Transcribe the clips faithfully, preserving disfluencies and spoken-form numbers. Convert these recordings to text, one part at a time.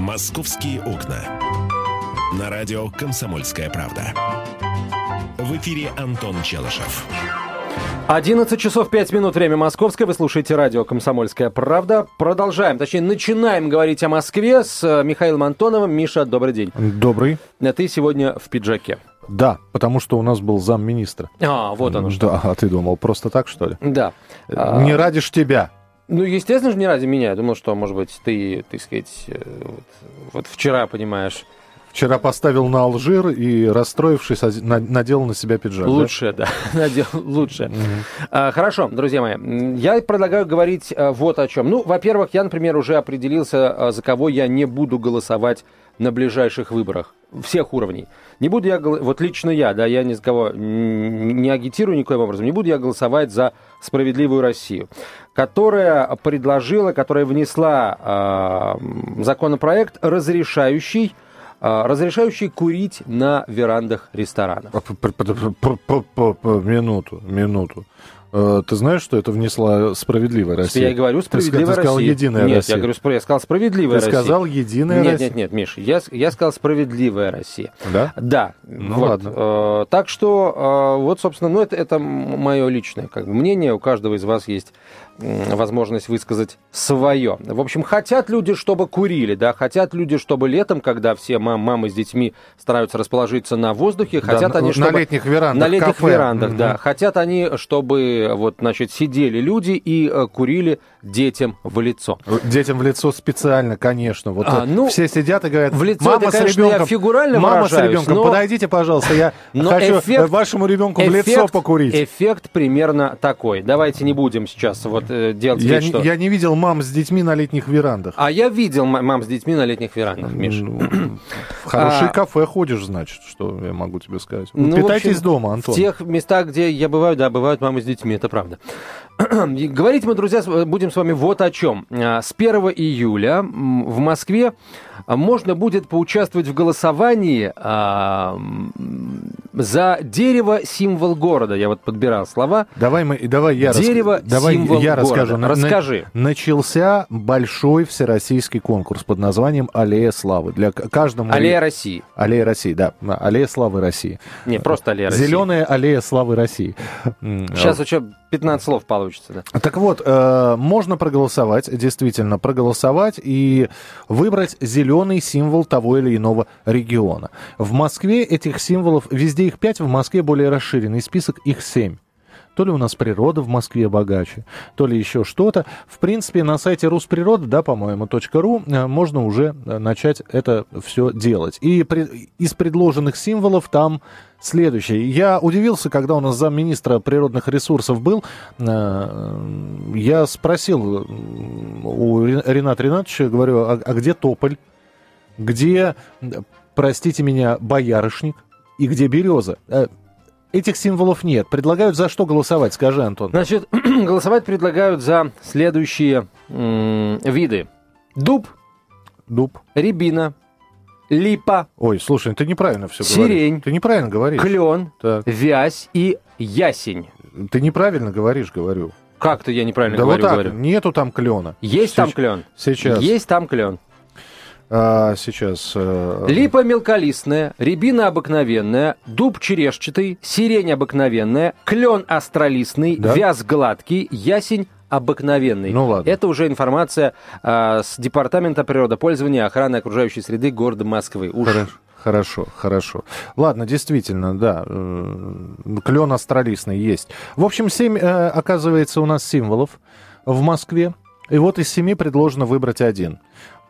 «Московские окна». На радио «Комсомольская правда». В эфире Антон Челышев. одиннадцать часов пять минут, время московское. Вы слушаете радио «Комсомольская правда». Продолжаем, точнее, начинаем говорить о Москве с Михаилом Антоновым. Миша, добрый день. Добрый. Ты сегодня в пиджаке. Да, потому что у нас был замминистра. А, вот оно что. Да, а ты думал, просто так, что ли? Да. Не ради ж тебя. Ну, естественно же, не ради меня. Я думал, что, может быть, ты, так сказать, вот, вот вчера, понимаешь... Вчера поставил на Алжир и, расстроившись, надел на себя пиджак. Лучше, да, да надел лучше. Mm-hmm. А, хорошо, друзья мои, я предлагаю говорить а, вот о чем. Ну, во-первых, я, например, уже определился, а, за кого я не буду голосовать на ближайших выборах всех уровней. Не буду я, вот лично я, да, я ни за кого не агитирую никоим образом, не буду я голосовать за «Справедливую Россию», которая предложила, которая внесла а, законопроект, разрешающий разрешающий курить на верандах ресторанов. Минуту, минуту. Ты знаешь, что это внесла «Справедливая Россия»? Я и говорю «Справедливая Россия». Ты сказал «Единая нет, Россия». Нет, я, я сказал «Справедливая Ты Россия». Ты сказал «Единая нет, Россия». Нет, нет, нет, Миша, я, я сказал «Справедливая Россия». Да? Да. Ну вот. ладно. Э, так что, э, вот, собственно, ну, это, это мое личное как бы, мнение. У каждого из вас есть э, возможность высказать свое. В общем, хотят люди, чтобы курили, да, хотят люди, чтобы летом, когда все мам, мамы с детьми стараются расположиться на воздухе, да, хотят на, они, чтобы... На летних верандах, На летних кафе. верандах, mm-hmm. да. Хотят они, чтобы, вот, значит, сидели люди и э, курили детям в лицо. Детям в лицо специально, конечно. Вот а, ну, все сидят и говорят, в лицо мама это, конечно, с ребенком, я фигурально мама выражаюсь, с ребенком, но... подойдите, пожалуйста, я хочу эффект, вашему ребенку в лицо покурить. Эффект примерно такой. Давайте не будем сейчас вот э, делать я, вид, что... Я не видел мам с детьми на летних верандах. А я видел мам с детьми на летних верандах, Миша. В хорошие кафе ходишь, значит, что я могу тебе сказать. Питайтесь дома, Антон. В тех местах, где я бываю, да, бывают мамы с детьми, это правда. Говорить мы, друзья, будем с вами вот о чем. С первого июля в Москве можно будет поучаствовать в голосовании а, за дерево символ города. Я вот подбирал слова. Давай мы, давай я, дерево, рас... давай символ я города. расскажу. Расскажи. На... Начался большой всероссийский конкурс под названием «Аллея славы». Для каждому... Аллея России. Аллея России, да. Аллея славы России. Не, просто Аллея России. Зеленая аллея славы России. Сейчас еще пятнадцать слов получится. Да. Так вот, э, можно проголосовать, действительно проголосовать и выбрать зеленый символ того или иного региона. В Москве этих символов, везде их пять, в Москве более расширенный список, их семь. То ли у нас природа в Москве богаче, то ли еще что-то. В принципе, на сайте Русприрода, да, по-моему, .ру, можно уже начать это все делать. И при, из предложенных символов там следующее. Я удивился, когда у нас замминистра природных ресурсов был. Я спросил у Рената Ринатовича, говорю, а, а где тополь? Где, простите меня, боярышник? И где береза? Этих символов нет. Предлагают за что голосовать? Скажи, Антон. Значит, голосовать предлагают за следующие м- виды. Дуб. Дуб. Рябина. Липа. Ой, слушай, ты неправильно все сирень, говоришь. Сирень. Ты неправильно говоришь. Клен. Так. Вязь и ясень. Ты неправильно говоришь, говорю. Как-то я неправильно да говорю, вот так, говорю. Нету там клена. Есть Сейчас. там клен. Сейчас. Есть там клен. А, сейчас. А... Липа мелколистная, рябина обыкновенная, дуб черешчатый, сирень обыкновенная, клен остролистный, да? Вяз гладкий, ясень обыкновенный. Ну ладно. Это уже информация а, с Департамента природопользования и охраны окружающей среды города Москвы. Уж... Хорошо. Хорошо, хорошо. Ладно, действительно, да, клен остролистный есть. В общем, семь, оказывается, у нас символов в Москве. И вот из семи предложено выбрать один.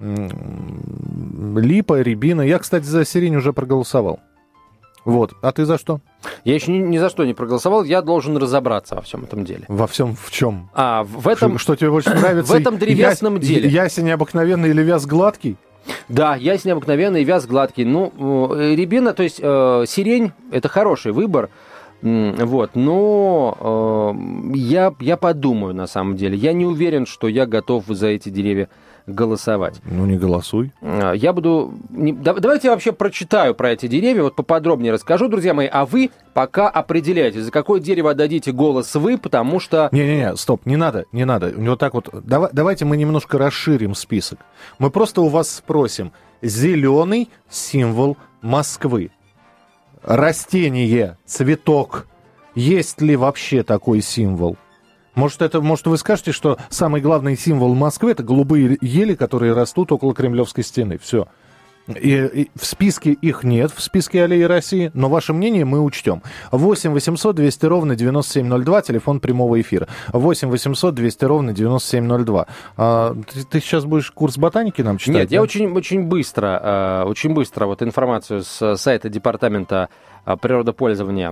Липа, рябина. Я, кстати, за сирень уже проголосовал. Вот. А ты за что? Я еще ни, ни за что не проголосовал. Я должен разобраться во всем этом деле. Во всем в чем? А, в этом... Что, что тебе больше нравится? В этом древесном я... деле. Ясень обыкновенный или вяз гладкий? Да, ясень обыкновенный, вяз гладкий. Ну, рябина, то есть э, сирень, это хороший выбор. Вот, но э, я, я подумаю, на самом деле. Я не уверен, что я готов за эти деревья голосовать. Ну, не голосуй. Я буду... Не, давайте я вообще прочитаю про эти деревья, вот поподробнее расскажу, друзья мои, а вы пока определяете, за какое дерево отдадите голос вы, потому что... Не-не-не, стоп, не надо, не надо. Вот так вот, давай, давайте мы немножко расширим список. Мы просто у вас спросим, зеленый символ Москвы. Растение, цветок. Есть ли вообще такой символ? Может, это, может, вы скажете, что самый главный символ Москвы — это голубые ели, которые растут около Кремлевской стены. Все. И, и в списке их нет, в списке аллеи России, но ваше мнение мы учтем. восемь восемьсот двести ровно девяносто семь ноль два, телефон прямого эфира. восемь восемьсот двести ровно девяносто семь ноль два. А, ты, ты сейчас будешь курс ботаники нам читать? Нет, да? я очень, очень быстро, очень быстро вот информацию с сайта департамента природопользования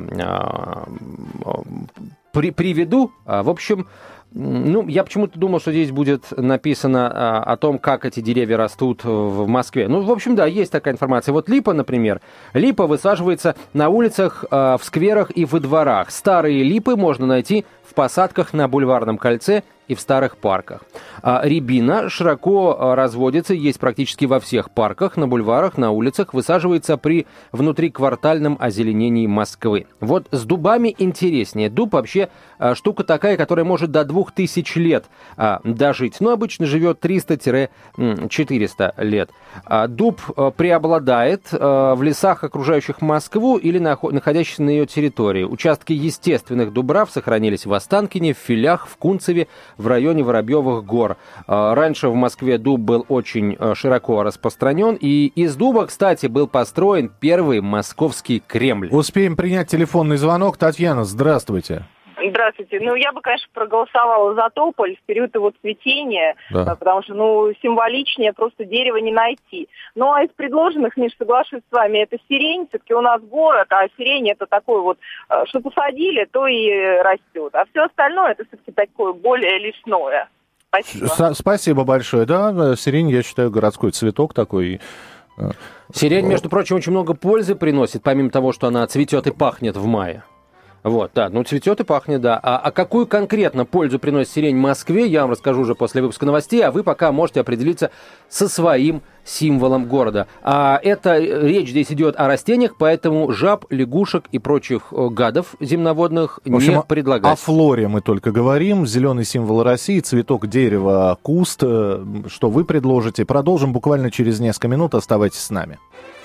при, приведу. В общем, ну, я почему-то думал, что здесь будет написано а, о том, как эти деревья растут в Москве. Ну, в общем, да, есть такая информация. Вот липа, например. Липа высаживается на улицах, а, в скверах и во дворах. Старые липы можно найти в посадках на Бульварном кольце и в старых парках. А рябина широко разводится, есть практически во всех парках, на бульварах, на улицах, высаживается при внутриквартальном озеленении Москвы. Вот с дубами интереснее. Дуб вообще штука такая, которая может до двух тысяч лет дожить. Но обычно живет триста-четыреста лет. Дуб преобладает в лесах, окружающих Москву или находящихся на ее территории. Участки естественных дубрав сохранились в Останкине, в Филях, в Кунцеве, в районе Воробьевых гор. Раньше в Москве дуб был очень широко распространен, и из дуба, кстати, был построен первый московский Кремль. Успеем принять телефонный звонок. Татьяна, здравствуйте. Здравствуйте. Ну, я бы, конечно, проголосовала за тополь в период его цветения, да. потому что, ну, символичнее просто дерево не найти. Ну, а из предложенных, Миш, соглашусь с вами, это сирень. Все-таки у нас город, а сирень это такой вот, что посадили, то и растет. А все остальное это все-таки такое более лесное. Спасибо. С- спасибо большое. Да, сирень, я считаю, городской цветок такой. Сирень, между прочим, очень много пользы приносит, помимо того, что она цветет и пахнет в мае. Вот, да, ну цветет и пахнет, да. А, а какую конкретно пользу приносит сирень Москве, я вам расскажу уже после выпуска новостей, а вы пока можете определиться со своим символом города. А это речь здесь идет о растениях, поэтому жаб, лягушек и прочих гадов земноводных В общем, не предлагать. О флоре мы только говорим. Зеленый символ России, цветок, дерево, куст. Что вы предложите? Продолжим буквально через несколько минут. Оставайтесь с нами.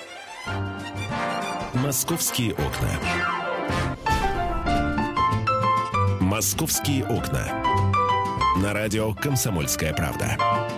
Московские окна. «Московские окна». На радио «Комсомольская правда».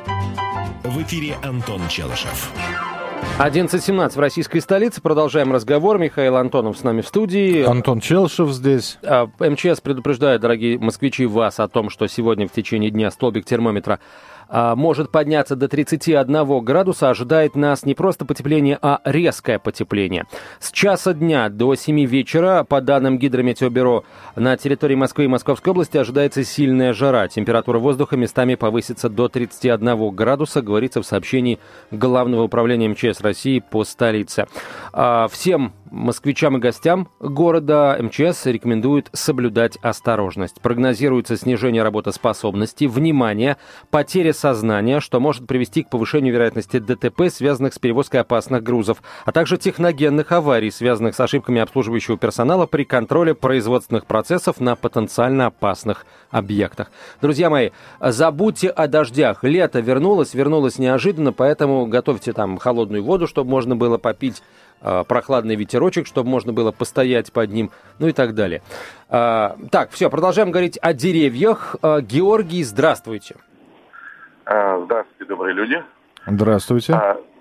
В эфире Антон Челышев. одиннадцать семнадцать в российской столице. Продолжаем разговор. Михаил Антонов с нами в студии. Антон Челышев здесь. МЧС предупреждает, дорогие москвичи, вас о том, что сегодня в течение дня столбик термометра может подняться до тридцати одного градуса. Ожидает нас не просто потепление, а резкое потепление. С часа дня до семи вечера, по данным Гидрометеобюро, на территории Москвы и Московской области ожидается сильная жара. Температура воздуха местами повысится до тридцати одного градуса, говорится в сообщении Главного управления МЧС России по столице. Всем москвичам и гостям города МЧС рекомендует соблюдать осторожность. Прогнозируется снижение работоспособности, внимание, потеря сознания, что может привести к повышению вероятности ДТП, связанных с перевозкой опасных грузов, а также техногенных аварий, связанных с ошибками обслуживающего персонала при контроле производственных процессов на потенциально опасных объектах. Друзья мои, забудьте о дождях. Лето вернулось, вернулось неожиданно, поэтому готовьте там холодную воду, чтобы можно было попить, прохладный ветерочек, чтобы можно было постоять под ним, ну и так далее. Так, все, продолжаем говорить о деревьях. Георгий, здравствуйте. Здравствуйте, добрые люди. Здравствуйте.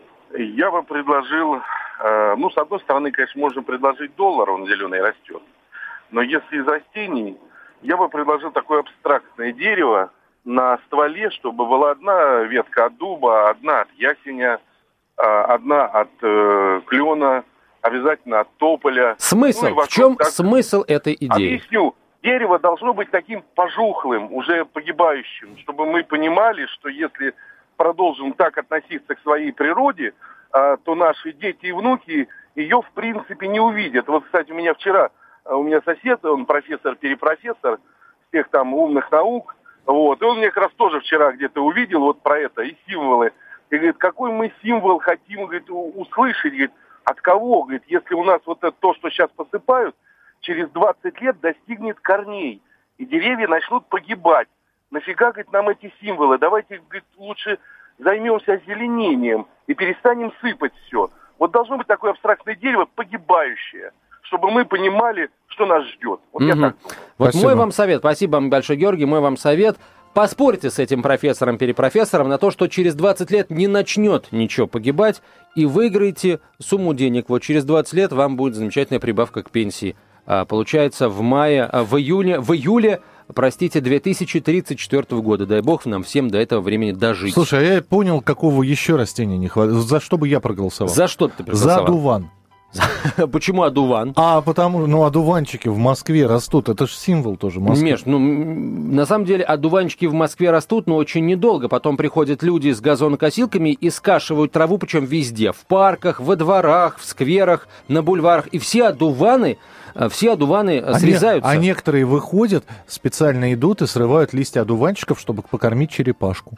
Я бы предложил, ну, с одной стороны, конечно, можно предложить доллар, он зеленый растет, но если из растений, я бы предложил такое абстрактное дерево на стволе, чтобы была одна ветка от дуба, одна от ясеня, одна от э, клена, обязательно от тополя. Смысл? Ну, в чем так... смысл этой идеи? Объясню. Дерево должно быть таким пожухлым, уже погибающим, чтобы мы понимали, что если продолжим так относиться к своей природе, э, то наши дети и внуки ее в принципе не увидят. Вот, кстати, у меня вчера, у меня сосед, он профессор-перепрофессор всех там умных наук, вот, и он мне как раз тоже вчера где-то увидел вот про это, и символы. И говорит, какой мы символ хотим, говорит, услышать, говорит, от кого, говорит, если у нас вот это то, что сейчас посыпают, через двадцать лет достигнет корней, и деревья начнут погибать. Нафига, говорит, нам эти символы? Давайте, говорит, лучше займемся озеленением. и перестанем сыпать все. Вот должно быть такое абстрактное дерево, погибающее, чтобы мы понимали, что нас ждет. Вот угу. я так думаю. Вот Спасибо. мой вам совет, спасибо вам большое, Георгий, мой вам совет. Поспорьте с этим профессором-перепрофессором на то, что через двадцать лет не начнет ничего погибать, и выиграете сумму денег. Вот через двадцать лет вам будет замечательная прибавка к пенсии. А, получается, в мае, а, в июне, в июле, простите, две тысячи тридцать четвёртого года. Дай бог нам всем до этого времени дожить. Слушай, а я понял, какого еще растения не хватает. За что бы я проголосовал? За что ты За проголосовал? одуван. Почему одуван? А потому, ну, одуванчики в Москве растут. Это же символ тоже Москвы. Миш, ну, на самом деле, одуванчики в Москве растут, но очень недолго. Потом приходят люди с газонокосилками и скашивают траву, причем везде. В парках, во дворах, в скверах, на бульварах. И все одуваны, все одуваны А срезаются. Не, а некоторые выходят, специально идут и срывают листья одуванчиков, чтобы покормить черепашку.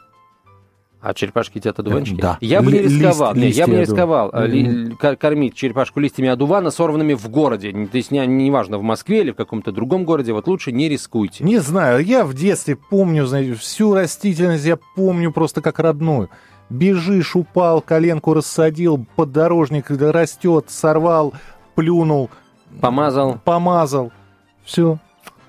А черепашки едят одуванчики? Да. Я бы не Ли- рисковал. лист- Не, я бы не листья рисковал одувана. э, ли- кор- кормить черепашку листьями одувана, сорванными в городе. То есть, не, не важно, в Москве или в каком-то другом городе. Вот лучше не рискуйте. Не знаю, я в детстве помню, знаете, всю растительность я помню просто как родную. Бежишь, упал, коленку рассадил, поддорожник растет, сорвал, плюнул, Помазал. помазал. Все.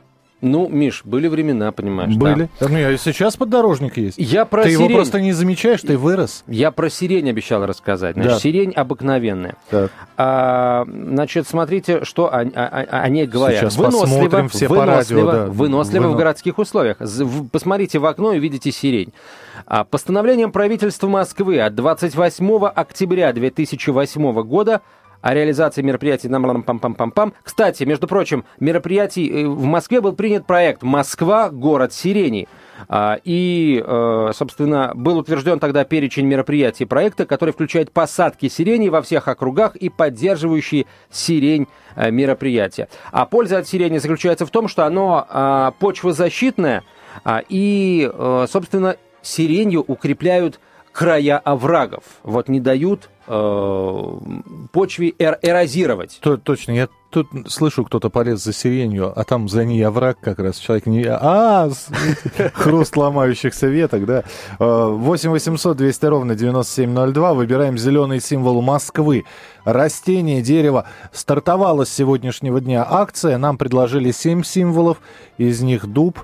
Ну, Миш, были времена, понимаешь. Были. да. Ну, и сейчас поддорожник есть. Я про Ты сирень. его просто не замечаешь, ты вырос. Я про сирень обещал рассказать. Значит, Да. сирень обыкновенная. Так. А, значит, смотрите, что о, о- о- о ней говорят. Сейчас посмотрим все по радио, выносливо, да. выносливо Выно- в городских условиях. З- в- Посмотрите в окно и видите сирень. А, постановлением правительства Москвы от двадцать восьмого октября две тысячи восьмого года о реализации мероприятий нам пам пам пам пам. Кстати, между прочим, мероприятий э, в Москве был принят проект «Москва. Город сирени». А, И, э, собственно, был утвержден тогда перечень мероприятий проекта, который включает посадки сирени во всех округах и поддерживающие сирень э, мероприятия. А польза от сирени заключается в том, что оно а, почвозащитное, а, и, э, собственно, сиренью укрепляют края оврагов. Вот не дают э, почве эр- эрозировать. То- точно, я тут слышу, кто-то полез за сиренью, а там за ней овраг как раз. Человек не... А, с- хруст ломающихся веток, да. восемь восемьсот двести ровно девяносто семь ноль два. Выбираем зеленый символ Москвы. Растение, дерево. Стартовала с сегодняшнего дня акция. Нам предложили семь символов. Из них дуб,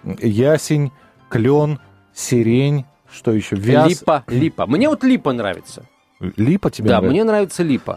ясень, клен, сирень. Что еще? Вяз. Липа, липа. Мне вот липа нравится. Липа тебе Да, нравится? мне нравится липа.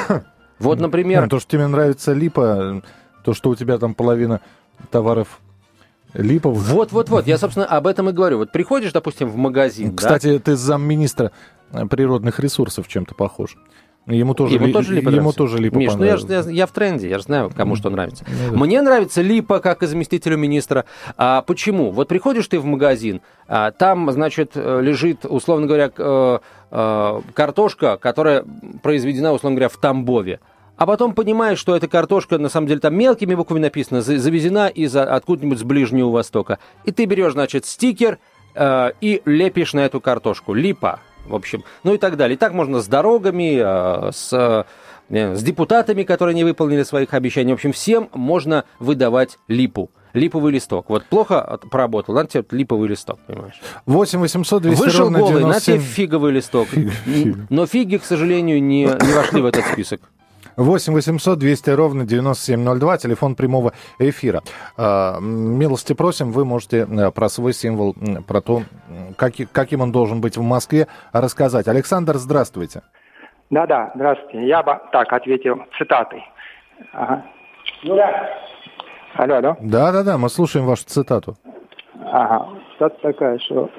Вот, например... Ну, то, что тебе нравится липа, то, что у тебя там половина товаров липовых. Вот-вот-вот, я, собственно, об этом и говорю. Вот приходишь, допустим, в магазин, Кстати, ты замминистра природных ресурсов чем-то похож. Ему тоже, Ему ли- тоже липа ему нравится. тоже липа Миш, ну я, ж- понравилась. я, я в тренде, я же знаю, кому что нравится. Ну да. Мне нравится липа, как и заместителю министра. А почему? Вот приходишь ты в магазин, а, там, значит, э, лежит, условно говоря, к- э, э, картошка, которая произведена, условно говоря, в Тамбове. А потом понимаешь, что эта картошка, на самом деле, там мелкими буквами написано, за- завезена из откуда-нибудь с Ближнего Востока. И ты берешь, значит, стикер э, и лепишь на эту картошку. Липа. В общем, ну и так далее. И так можно с дорогами, э, с, э, с депутатами, которые не выполнили своих обещаний. В общем, всем можно выдавать липу. Липовый листок. Вот плохо от- поработал, надо тебе липовый листок, понимаешь? восемь восемьсот двести Вышел ровно голый, на девяносто тебе семь. фиговый листок. Фига, фига. Но фиги, к сожалению, не, не вошли в этот список. восемь восемьсот двести ровно девяносто семь ноль два, телефон прямого эфира. А, милости просим, вы можете э, про свой символ, м, про то, м, как, и- каким он должен быть в Москве, рассказать. Александр, здравствуйте. Да-да, здравствуйте. Я бы так ответил цитатой. Ага. Юля. Алло, алло. Да-да-да, мы слушаем вашу цитату. Ага. Цитата такая, что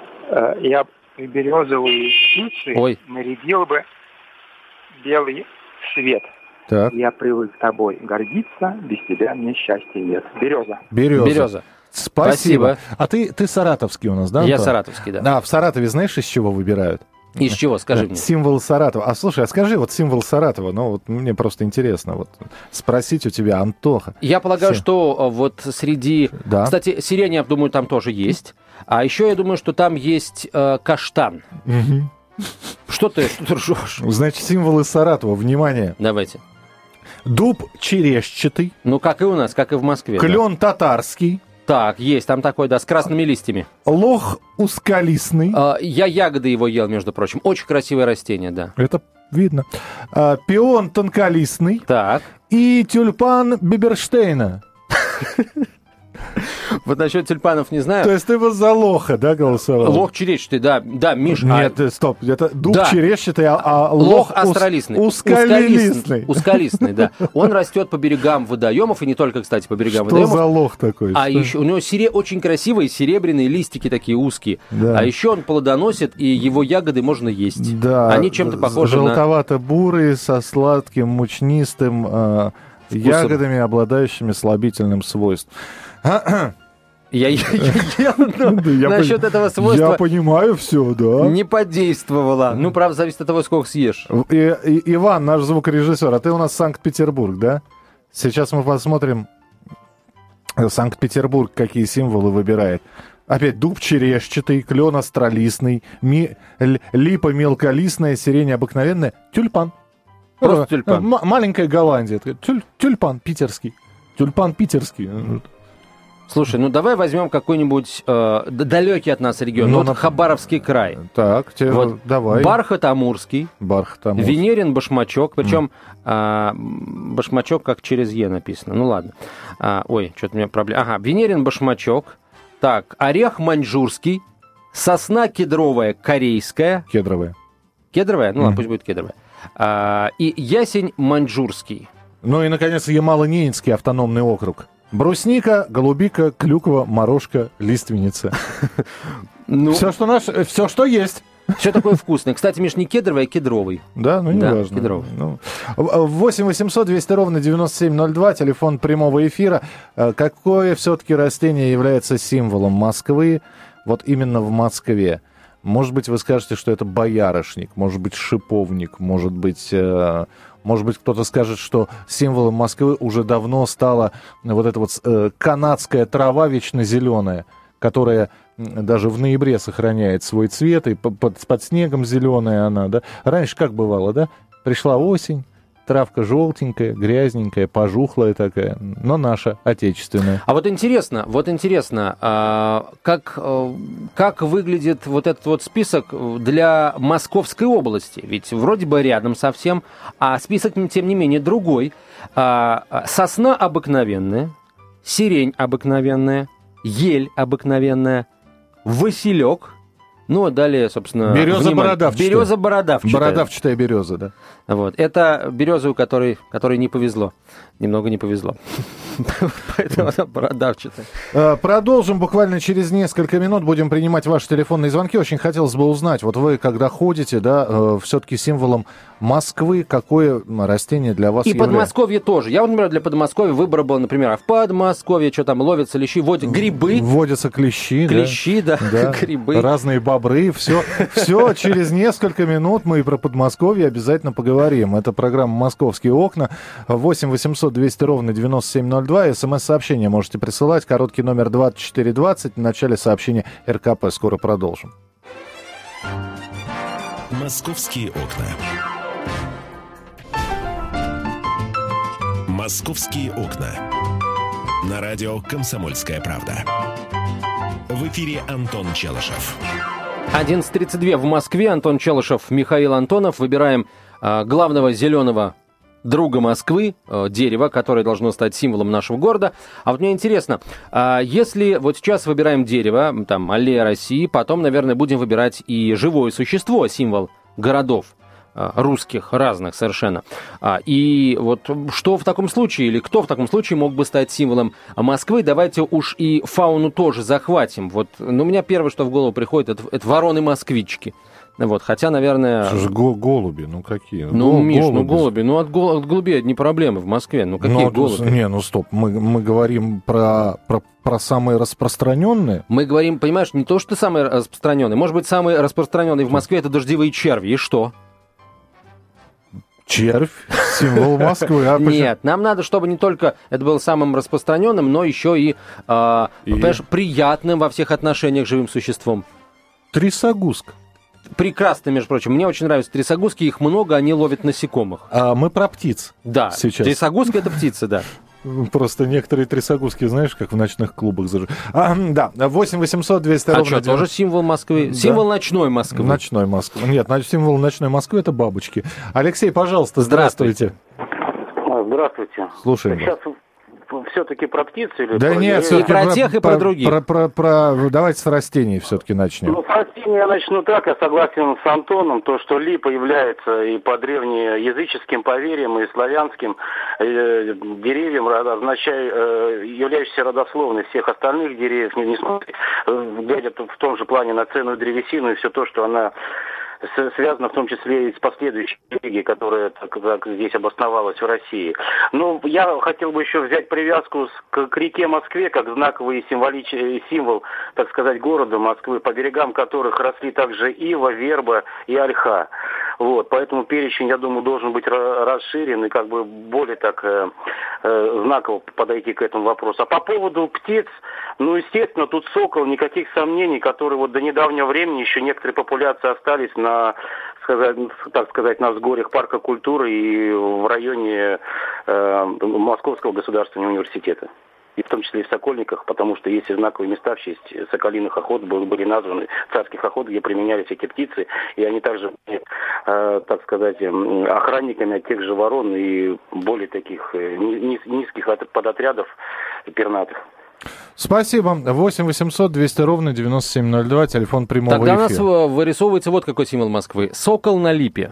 э, я бы березовые птицы Ой. нарядил бы белый свет. Так, Я привык тобой гордиться, без тебя мне счастья нет. Береза. береза. Береза. Спасибо. Спасибо. А ты, ты саратовский у нас, да? Я Антон? саратовский, да. А, в Саратове знаешь, из чего выбирают? Из чего, скажи мне? Символ Саратова. А слушай, а скажи, вот символ Саратова, ну вот мне просто интересно вот спросить у тебя, Антоха. Я полагаю, Все. что э, вот среди... Да. Кстати, сирень, я думаю, там тоже есть. А еще я думаю, что там есть э, каштан. Мгм. Что ты, что ты ржешь? Значит, символы Саратова, внимание. Давайте. Дуб черещатый, Ну, как и у нас, как и в Москве. да. клен татарский, Так, есть там такой, да, с красными листьями. Лох узколистный. А, я ягоды его ел, между прочим. Очень красивое растение, да. Это видно. А, пион тонколистный. Так. И тюльпан Биберштейна. Вот насчет тюльпанов не знаю. То есть ты вот за лоха, да, голосовал? Лох черещатый, да, да, Миш. Нет, а... стоп, это дуб да. черещатый, а, а лох, лох астролистный. Узколистный. Узколистный, да. Он растет по берегам водоемов, и не только, кстати, по берегам Что водоемов. за лох такой? А Что? еще у него сере... очень красивые серебряные листики такие узкие. Да. А еще он плодоносит, и его ягоды можно есть. Да. Они чем-то похожи на... Желтовато-бурые, со сладким, мучнистым э, ягодами, обладающими слабительным свойством. Я ел, но насчет этого свойства... Я понимаю все, да. Не подействовало. Ну, правда, зависит от того, сколько съешь. И, и, Иван, наш звукорежиссер, а ты у нас Санкт-Петербург, да? Сейчас мы посмотрим Санкт-Петербург, какие символы выбирает. Опять дуб черещатый, клен астролистный, ми, липа мелколистная, сирень обыкновенная, тюльпан. Просто тюльпан. М- маленькая Голландия. Тюль, тюльпан питерский. Тюльпан питерский. Слушай, ну давай возьмем какой-нибудь э, далекий от нас регион. Ну, вот на... Хабаровский край. Так, те, вот. давай. Бархат амурский. Бархат амурский. Венерин башмачок. Причем mm. э, башмачок как через Е написано. Ну ладно. А, ой, что-то у меня проблема. Ага, Венерин башмачок. Так, орех маньчжурский. Сосна кедровая корейская. Кедровая. Кедровая? Ну mm. ладно, пусть будет кедровая. А, и ясень маньчжурский. Ну и, наконец, Ямало-Ненецкий автономный округ. Брусника, голубика, клюква, морожка, лиственница. Ну, все, что наш, все, что есть. Все такое вкусное. Кстати, Миш, не кедровый, а кедровый. Да, ну не да, важно. Кедровый. Ну, восемь восемьсот двести ровно девяносто семь ноль два, телефон прямого эфира. Какое все-таки растение является символом Москвы? Вот именно в Москве. Может быть, вы скажете, что это боярышник, может быть, шиповник, может быть... Может быть, кто-то скажет, что символом Москвы уже давно стала вот эта вот э, канадская трава вечно зеленая, которая даже в ноябре сохраняет свой цвет, и под, под снегом зеленая она, да. Раньше как бывало, да? Пришла осень, травка желтенькая, грязненькая, пожухлая такая, но наша, отечественная. А вот интересно, вот интересно, а, как, как выглядит вот этот вот список для Московской области? Ведь вроде бы рядом совсем, а список, тем не менее, другой. А, сосна обыкновенная, сирень обыкновенная, ель обыкновенная, василек. Ну, а далее, собственно... Береза бородавчатая. Береза бородавчатая. Бородавчатая береза, да. Вот. Это береза, у которой, которой не повезло. Немного не повезло. Поэтому она бородавчатая. Продолжим буквально через несколько минут. Будем принимать ваши телефонные звонки. Очень хотелось бы узнать, вот вы, когда ходите, да, все-таки символом Москвы, какое растение для вас и является? И Подмосковье тоже. Я, вот, например, для Подмосковья выбор был, например, а в Подмосковье, что там, ловятся лещи, водят грибы. Вводятся клещи, Клещи, да, да. грибы. Разные бобры, все, все через несколько минут мы и про Подмосковье обязательно поговорим. Это программа «Московские окна». восемь восемьсот двести ровно девяносто семь ноль два. СМС-сообщение можете присылать. Короткий номер двадцать четыре двадцать. В начале сообщения РКП. Скоро продолжим. «Московские окна». «Московские окна». На радио «Комсомольская правда». В эфире Антон Челышев. одиннадцать тридцать два в Москве. Антон Челышев, Михаил Антонов. Выбираем э, главного зеленого друга Москвы, э, дерево, которое должно стать символом нашего города. А вот мне интересно, э, если вот сейчас выбираем дерево, там, аллея России, потом, наверное, будем выбирать и живое существо, символ городов. Русских, разных совершенно. И вот что в таком случае, или кто в таком случае мог бы стать символом Москвы? Давайте уж и фауну тоже захватим. Вот, ну, у меня первое, что в голову приходит, это, это вороны-москвички. Вот, хотя, наверное... Что же голуби, ну какие? Ну, Гол- Миш, голуби. ну голуби, ну от, гол- от голубей не проблемы в Москве, ну какие ну, голуби? Не, ну стоп, мы, мы говорим про, про, про самые распространенные. Мы говорим, понимаешь, не то, что самые распространенные. Может быть, самый распространенный в Москве это дождевые черви, и что? Червь, символ Москвы. А Нет, нам надо, чтобы не только это было самым распространенным, но еще и, э, и... приятным во всех отношениях живым существом. Трясогузка. Прекрасно, между прочим. Мне очень нравятся трясогузки, их много, они ловят насекомых. А мы про птиц. Да, сейчас. Трясогузка — это птица, да. Просто некоторые трясогузки, знаешь, как в ночных клубах зажигают. А, да, восемь восемьсот двести А ровно... что, тоже символ Москвы? Да. Символ ночной Москвы. Ночной Москвы. Нет, символ ночной Москвы — это бабочки. Алексей, пожалуйста, здравствуйте. Здравствуйте. Слушаем. Сейчас все-таки про птиц или Да про нет, деревья? И про тех, и про других. Про, про, про, давайте с растений все-таки начнем. Ну, с растений я начну так. Я согласен с Антоном, то, что липа является и по древнеязыческим поверьям, и славянским э, деревьям, означая, э, являющейся родословной всех остальных деревьев, не, не смотря, э, глядя в том же плане на ценную древесину и все то, что она связано в том числе и с последующей религией, которая так, так здесь обосновалась в России. Но я хотел бы еще взять привязку к, к реке Москве, как знаковый символич... символ, так сказать, города Москвы, по берегам которых росли также ива, верба и ольха. Вот, поэтому перечень, я думаю, должен быть расширен и как бы более так э, э, знаково подойти к этому вопросу. А по поводу птиц, ну, естественно, тут сокол, никаких сомнений, которые вот до недавнего времени еще некоторые популяции остались на, сказать, так сказать, на взгорьях парка культуры и в районе э, Московского государственного университета. И в том числе и в Сокольниках, потому что есть знаковые места в честь соколиных охот, были названы царских охот, где применялись эти птицы, и они также были, э, так сказать, охранниками от тех же ворон и более таких низ, низких подотрядов пернатых. Спасибо. восемь восемьсот двести ровно девяносто семь ноль два, телефон прямого Тогда эфира. у нас вырисовывается вот какой символ Москвы. Сокол на липе.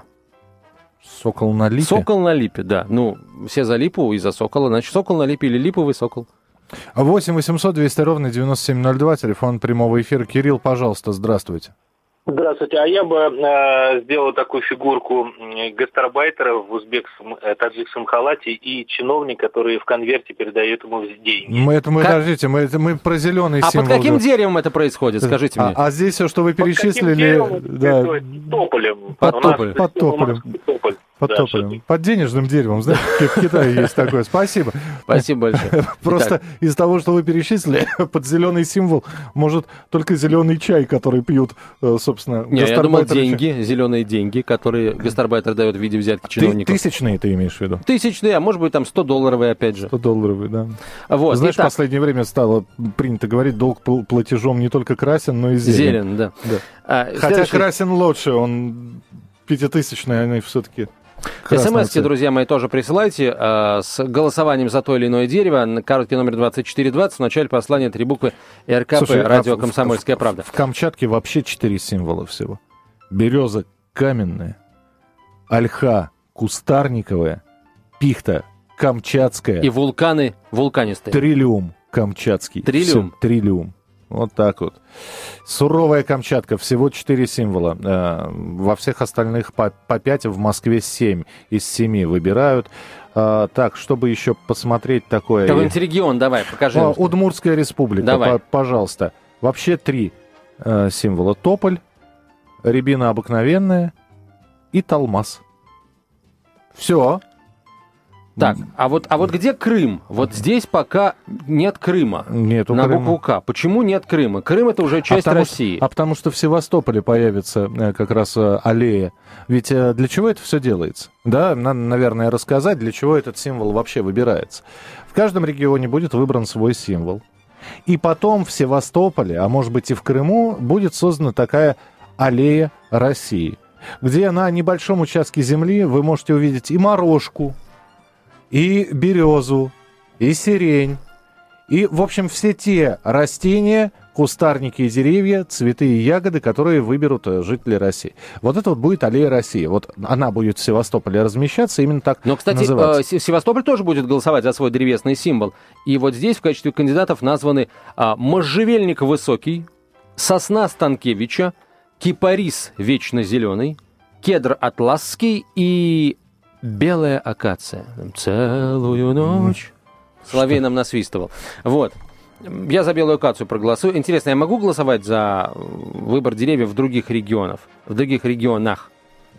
Сокол на липе? Сокол на липе, да. Ну, все за липу из-за сокола. Значит, сокол на липе или липовый сокол. восемь восемьсот двести ровно девяносто семь ноль два, телефон прямого эфира. Кирилл, пожалуйста, здравствуйте. Здравствуйте. А я бы э, сделал такую фигурку гастарбайтера в узбекском, э, таджикском халате и чиновник, который в конверте передает ему деньги. Мы это, мы, Как... подождите, мы, это, мы про зеленый а символ. А под каким деревом это происходит, скажите а, мне? А здесь все, что вы перечислили... Да. Тополем. Под тополем. Под тополем. Тополь. Под да, тополем. Под денежным деревом. Знаете, в Китае есть такое. Спасибо. Спасибо большое. Просто из того, что вы перечислили, под зеленый символ может только зеленый чай, который пьют, собственно, Не, я думал, деньги, зеленые деньги, которые гастарбайтер дает в виде взятки чиновников. Тысячные ты имеешь в виду? Тысячные, а может быть там сто долларовые опять же. сто долларовые, да. Вот, знаешь, итак, в последнее время стало принято говорить, долг платежом не только красен, но и зелен. Зелен, да. да. А, Хотя следующий... красен лучше, он пятитысячный, они все-таки... СМСки, друзья мои, тоже присылайте э, с голосованием за то или иное дерево. На короткий номер двадцать четыре двадцать. В начале послания три буквы РКП. Слушай, радио а «Комсомольская в, правда». В, в Камчатке вообще четыре символа всего. Береза каменная, ольха кустарниковая, пихта камчатская. И вулканы вулканистые. Триллиум камчатский. Триллиум? Все, триллиум. Вот так вот. Суровая Камчатка, всего четыре символа. Во всех остальных по, по пять, в Москве семь. Из семи выбирают. Так, чтобы еще посмотреть такое... Какой-нибудь регион, давай, покажи. А, Удмуртская республика, давай. По, пожалуйста. Вообще три э, символа. Тополь, рябина обыкновенная и талмас. Все. Так, а вот, а вот где Крым? Вот здесь пока нет Крыма. Нету на Крыма. букву К. Почему нет Крыма? Крым — это уже часть а России. Что, а потому что в Севастополе появится э, как раз э, аллея. Ведь э, для чего это все делается? Да, надо, наверное, рассказать, для чего этот символ вообще выбирается. В каждом регионе будет выбран свой символ. И потом в Севастополе, а может быть и в Крыму, будет создана такая аллея России, где на небольшом участке земли вы можете увидеть и морожку, и березу, и сирень, и, в общем, все те растения, кустарники и деревья, цветы и ягоды, которые выберут жители России. Вот это вот будет аллея России. Вот она будет в Севастополе размещаться, именно так Но, кстати, называться. Севастополь тоже будет голосовать за свой древесный символ. И вот здесь в качестве кандидатов названы а, можжевельник высокий, сосна Станкевича, кипарис вечно зеленый, кедр атласский и... белая акация. Целую ночь. Соловей нам насвистывал. Вот. Я за белую акацию проголосую. Интересно, я могу голосовать за выбор деревьев в других регионах? В других регионах?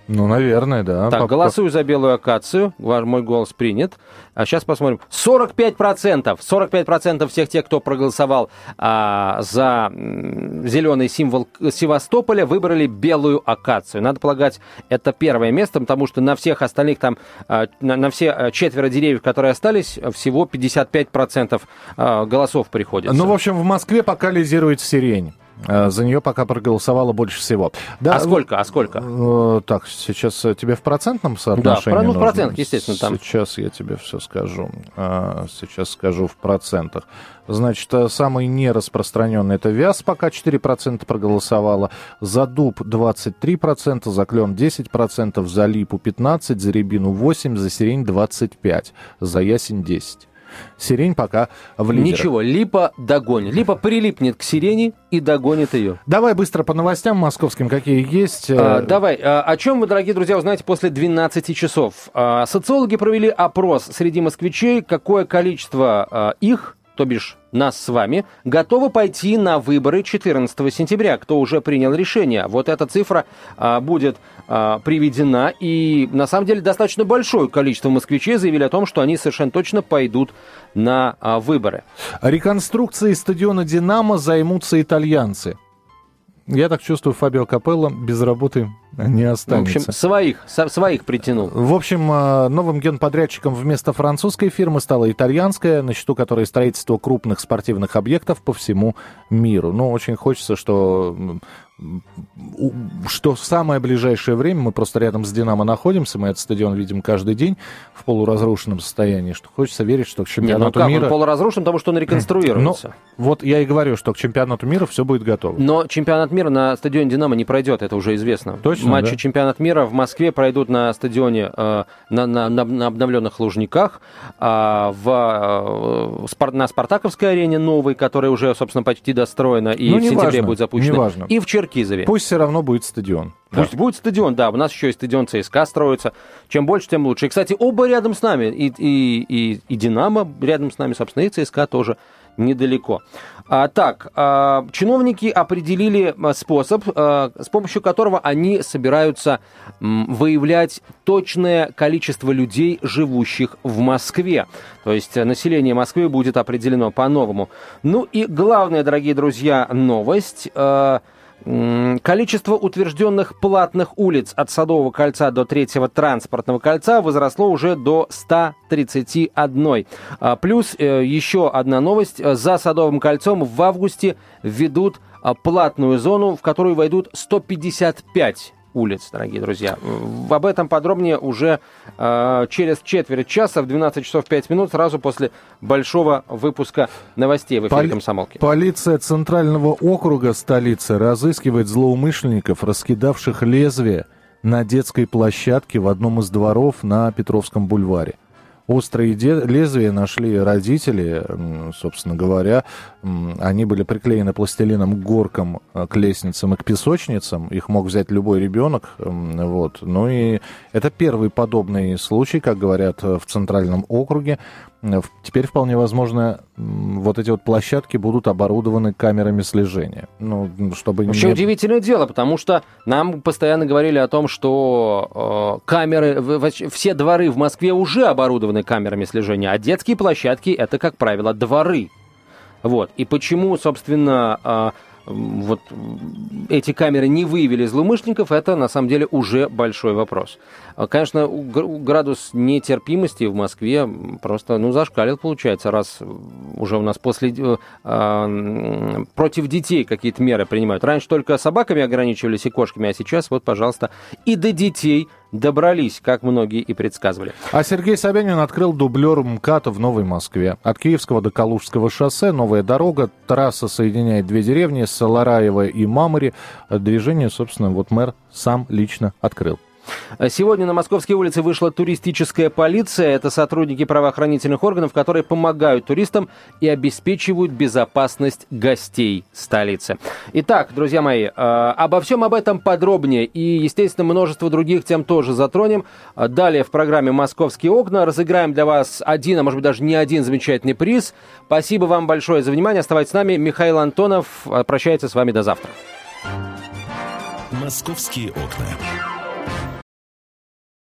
Ну, наверное, да. Так, По- голосую за белую акацию. Ваш, мой голос принят. А сейчас посмотрим. сорок пять процентов. сорок пять процентов всех тех, кто проголосовал а, за м, зеленый символ Севастополя, выбрали белую акацию. Надо полагать, это первое место, потому что на всех остальных там, а, на, на все четверо деревьев, которые остались, всего пятьдесят пять процентов а, голосов приходится. Ну, в общем, в Москве пока лидирует сирень. За нее пока проголосовало больше всего. Да, а сколько? А сколько? Э, так, сейчас тебе в процентном соотношении? Да, ну, в нужно? процентах, естественно. Там. Сейчас я тебе все скажу. Сейчас скажу в процентах. Значит, самый нераспространенный — это Вяз, пока четыре процента проголосовало. За дуб двадцать три процента, за клен десять процентов, за липу пятнадцать процентов, за рябину восемь процентов, за сирень двадцать пять процентов, за ясень десять процентов. Сирень пока в лидерах. Ничего, липа догонит. Липа прилипнет к сирене и догонит ее. Давай быстро по новостям московским, какие есть. А, давай. А, о чем вы, дорогие друзья, узнаете после двенадцати часов? А, социологи провели опрос среди москвичей, какое количество а, их, то бишь нас с вами, готовы пойти на выборы четырнадцатого сентября. Кто уже принял решение? Вот эта цифра а, будет а, приведена. И на самом деле достаточно большое количество москвичей заявили о том, что они совершенно точно пойдут на а, выборы. Реконструкцией стадиона «Динамо» займутся итальянцы. Я так чувствую, Фабио Капелло без работы не останется. В общем, своих, со, своих притянул. В общем, новым генподрядчиком вместо французской фирмы стала итальянская, на счету которой строительство крупных спортивных объектов по всему миру. Ну, очень хочется, что... что в самое ближайшее время, мы просто рядом с «Динамо» находимся, мы этот стадион видим каждый день в полуразрушенном состоянии, что хочется верить, что к чемпионату Нет, ну как, мира... он полуразрушен, потому что он реконструируется. Ну, вот я и говорю, что к чемпионату мира все будет готово. Но чемпионат мира на стадионе «Динамо» не пройдет, это уже известно. Точно, Матчи да? чемпионата мира в Москве пройдут на стадионе, э, на, на, на, на обновленных Лужниках, э, в, э, на Спартаковской арене новой, которая уже, собственно, почти достроена и ну, в сентябре важно, будет запущена, и в Черкизове. Пусть все равно будет стадион. Пусть да. будет стадион, да. У нас еще и стадион ЦСКА строится. Чем больше, тем лучше. И, кстати, оба рядом с нами. И, и, и, и «Динамо» рядом с нами, собственно, и ЦСКА тоже недалеко. А, так, а, чиновники определили способ, а, с помощью которого они собираются м, выявлять точное количество людей, живущих в Москве. То есть население Москвы будет определено по-новому. Ну и главная, дорогие друзья, новость... А, количество утвержденных платных улиц от Садового кольца до Третьего транспортного кольца возросло уже до ста тридцати одной. Плюс еще одна новость. За Садовым кольцом в августе введут платную зону, в которую войдут сто пятьдесят пять улиц, дорогие друзья. Об этом подробнее уже э, через четверть часа, в двенадцать часов пять минут, сразу после большого выпуска новостей в эфире Поли- «Комсомолки». Полиция Центрального округа столицы разыскивает злоумышленников, раскидавших лезвие на детской площадке в одном из дворов на Петровском бульваре. Острые де- лезвия нашли родители, собственно говоря. Они были приклеены пластилином к горкам, к лестницам и к песочницам. Их мог взять любой ребенок. Вот. Ну и это первый подобный случай, как говорят в Центральном округе. Теперь вполне возможно, вот эти вот площадки будут оборудованы камерами слежения. Ну, чтобы Вообще не... удивительное дело, потому что нам постоянно говорили о том, что э, камеры, в, все дворы в Москве уже оборудованы камерами слежения, а детские площадки — это, как правило, дворы. Вот. И почему, собственно, э, вот эти камеры не выявили злоумышленников, это на самом деле уже большой вопрос. Конечно, градус нетерпимости в Москве просто, ну, зашкалил, получается, раз уже у нас после э, против детей какие-то меры принимают. Раньше только собаками ограничивались и кошками, а сейчас вот, пожалуйста, и до детей добрались, как многие и предсказывали. А Сергей Собянин открыл дублер МКАДа в Новой Москве. От Киевского до Калужского шоссе новая дорога. Трасса соединяет две деревни, Салараево и Мамари. Движение, собственно, вот мэр сам лично открыл. Сегодня на московские улицы вышла туристическая полиция. Это сотрудники правоохранительных органов, которые помогают туристам и обеспечивают безопасность гостей столицы. Итак, друзья мои, обо всем об этом подробнее и, естественно, множество других тем тоже затронем. Далее в программе «Московские окна» разыграем для вас один, а может быть даже не один замечательный приз. Спасибо вам большое за внимание. Оставайтесь с нами. Михаил Антонов прощается с вами до завтра. «Московские окна».